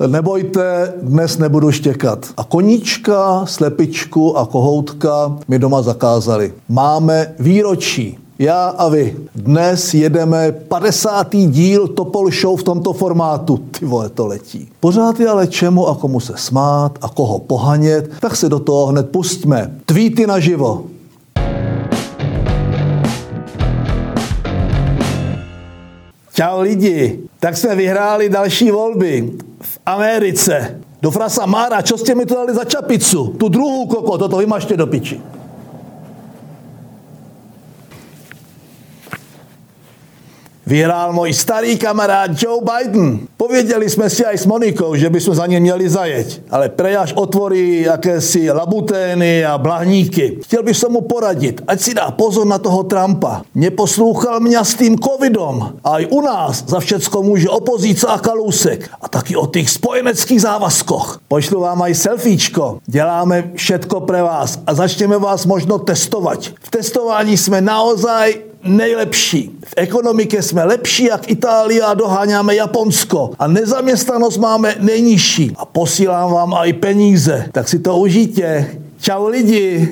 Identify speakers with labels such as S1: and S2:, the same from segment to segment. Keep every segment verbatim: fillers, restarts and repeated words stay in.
S1: Nebojte, dnes nebudu štěkat. A koníčka, slepičku a kohoutka mi doma zakázali. Máme výročí. Já a vy. Dnes jedeme padesátý díl Topol Show v tomto formátu. Ty vole, to letí. Pořád je ale čemu a komu se smát a koho pohanět, tak se do toho hned pustíme. Tweety naživo. Čau lidi, tak jsme vyhráli další volby v Americe. Do frasa Mára, čo ste mi to dali za čapicu? Tu druhou koko, toto vymažte do piči. Vyhrál můj starý kamarád Joe Biden. Pověděli jsme si aj s Monikou, že bychom za ně měli zajeť. Ale prej až otvorí jakési labutény a blahníky. Chtěl bych se mu poradit, ať si dá pozor na toho Trumpa. Neposlúchal mě s tým covidom. A i u nás za všecko může opozíca a Kalousek. A taky o těch spojeneckých závazkoch. Pošlu vám aj selfiečko. Děláme všetko pre vás a začneme vás možno testovat. V testování jsme naozaj nejlepší. V ekonomike jsme lepší jak Itálie a doháňáme Japonsko. A nezaměstnanost máme nejnižší. A posílám vám aj peníze. Tak si to užijte. Čau lidi.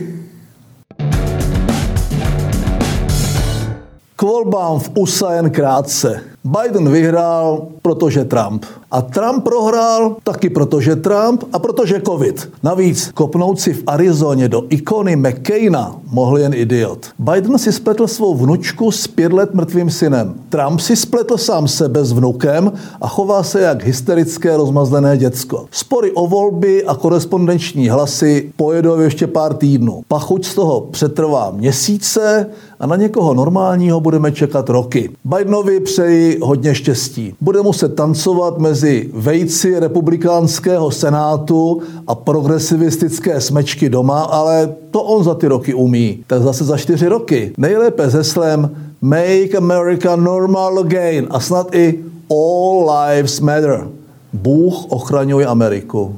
S1: K volbám v U S A jen krátce. Biden vyhrál, protože Trump. A Trump prohrál taky protože Trump a protože covid. Navíc kopnout si v Arizoně do ikony McCaina mohl jen idiot. Biden si spletl svou vnučku s pět let mrtvým synem. Trump si spletl sám sebe s vnukem a chová se jak hysterické rozmazlené děcko. Spory o volby a korespondenční hlasy pojedou ještě pár týdnů. Pachuť z toho přetrvá měsíce a na někoho normálního budeme čekat roky. Bidenovi přeji hodně štěstí. Bude muset tancovat mezi vejci republikánského senátu a progresivistické smečky doma, ale to on za ty roky umí. Tak zase za čtyři roky. Nejlépe s heslem Make America Normal Again a snad i All Lives Matter. Bůh ochraňuje Ameriku.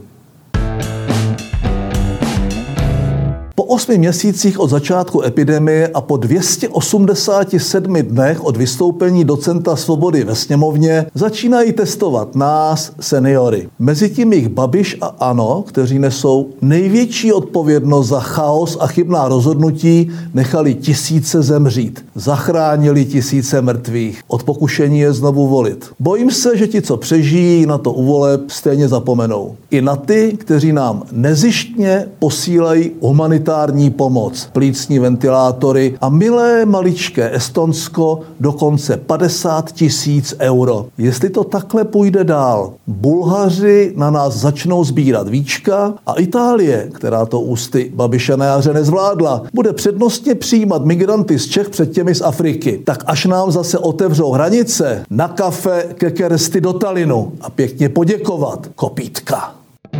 S1: Po osmi měsících od začátku epidemie a po dvě stě osmdesáti sedmi dnech od vystoupení docenta Svobody ve sněmovně začínají testovat nás, seniory. Mezitím jich Babiš a ANO, kteří nesou největší odpovědnost za chaos a chybná rozhodnutí, nechali tisíce zemřít. Zachránili tisíce mrtvých. Od pokušení je znovu volit. Bojím se, že ti, co přežijí, na to u voleb stejně zapomenou. I na ty, kteří nám nezištně posílají humanitární pomoc, plícní ventilátory a milé maličké Estonsko dokonce padesát tisíc euro. Jestli to takhle půjde dál, Bulhaři na nás začnou sbírat víčka a Itálie, která to ústy Babiše na jaře nezvládla, bude přednostně přijímat migranty z Čech před těmi z Afriky. Tak až nám zase otevřou hranice, na kafe ke kersty do Talinu a pěkně poděkovat. Kopítka.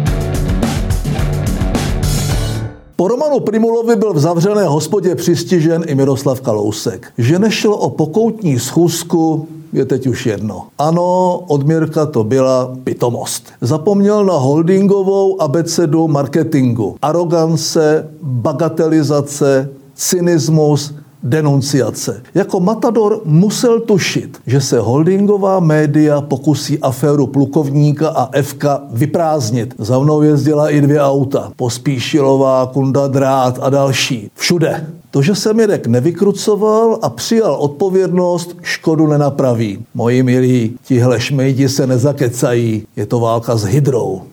S1: Po Romanu Prymulovi byl v zavřené hospodě přistižen i Miroslav Kalousek. Že nešlo o pokoutní schůzku, je teď už jedno. Ano, od Mirka to byla pitomost. Zapomněl na holdingovou abecedu marketingu. Arogance, bagatelizace, cynismus, denunciace. Jako matador musel tušit, že se holdingová média pokusí aféru Plukovníka a Evka vyprázdnit. Za mnou jezdila i dvě auta. Pospíšilová, Kunda Drát a další. Všude. To, že jsem Mirek nevykrucoval a přijal odpovědnost, škodu nenapraví. Moji milí, tihle šmejdi se nezakecají. Je to válka s hydrou.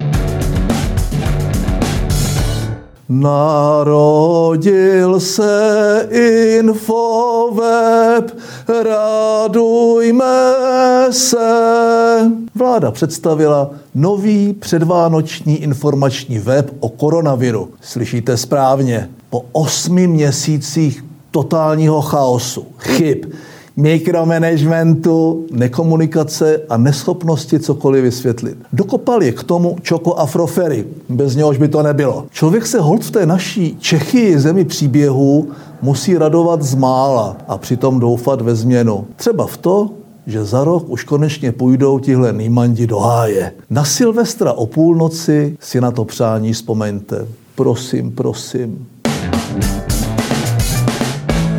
S1: Narodil se Infoweb, radujme se. Vláda představila nový předvánoční informační web o koronaviru. Slyšíte správně. Po osmi měsících totálního chaosu, chyb, mikromanagementu, nekomunikace a neschopnosti cokoliv vysvětlit. Dokopal je k tomu Čoko Afrofery. Bez něhož by to nebylo. Člověk se holt v té naší Čechy, zemi příběhů, musí radovat z mála a přitom doufat ve změnu. Třeba v to, že za rok už konečně půjdou tihle nýmandi do háje. Na Silvestra o půlnoci si na to přání vzpomeňte. Prosím, prosím.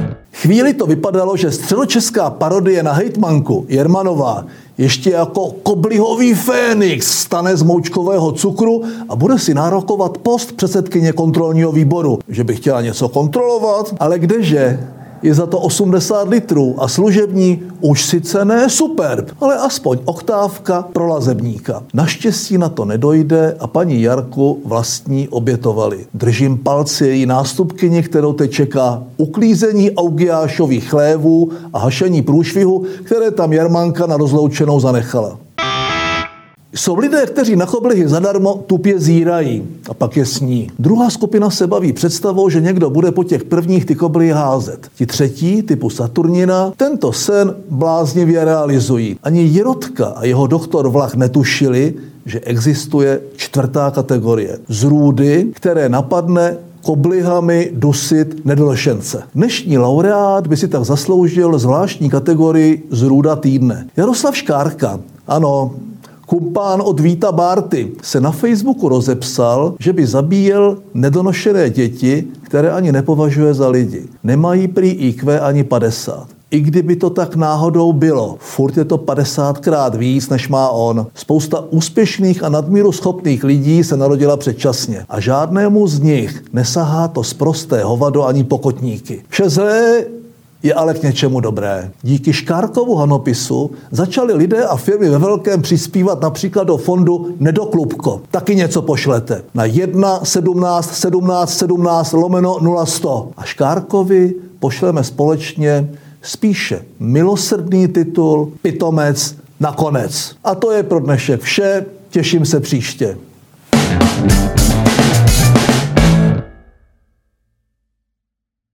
S1: Chvíli to vypadalo, že středočeská parodie na hejtmanku Jermanová ještě jako koblihový fénix stane z moučkového cukru a bude si nárokovat post předsedkyně kontrolního výboru. Že by chtěla něco kontrolovat, ale kdeže? Je za to osmdesát litrů a služební už sice ne superb, ale aspoň oktávka pro lazebníka. Naštěstí na to nedojde a paní Jarku vlastní obětovali. Držím palci její nástupkyni, kterou teď čeká uklízení augiášových chlévů a hašení průšvihu, které tam Jermanka na rozloučenou zanechala. Jsou lidé, kteří na koblihy zadarmo tupě zírají a pak je sní. Druhá skupina se baví představou, že někdo bude po těch prvních ty koblihy házet. Ti třetí, typu Saturnina, tento sen bláznivě realizují. Ani Jirotka a jeho doktor Vlach netušili, že existuje čtvrtá kategorie. Zrůdy, které napadne koblihami dusit nedolešence. Dnešní laureát by si tak zasloužil zvláštní kategorii zrůda týdne. Jaroslav Škárka, ano, kumpán od Víta Bárty, se na Facebooku rozepsal, že by zabíjel nedonošené děti, které ani nepovažuje za lidi. Nemají prý í kvé ani padesát. I kdyby to tak náhodou bylo, furt je to padesátkrát víc, než má on. Spousta úspěšných a nadmíru schopných lidí se narodila předčasně a žádnému z nich nesahá to sprosté hovado ani pokotníky. Vše zlé je ale k něčemu dobré. Díky Škárkovu hanopisu začali lidé a firmy ve velkém přispívat například do fondu Nedoklubko. Taky něco pošlete. Na jedna sedmnáct sedmnáct sedmnáct lomeno nula sto. A Škárkovi pošleme společně spíše milosrdný titul Pitomec nakonec. A to je pro dnešek vše. Těším se příště.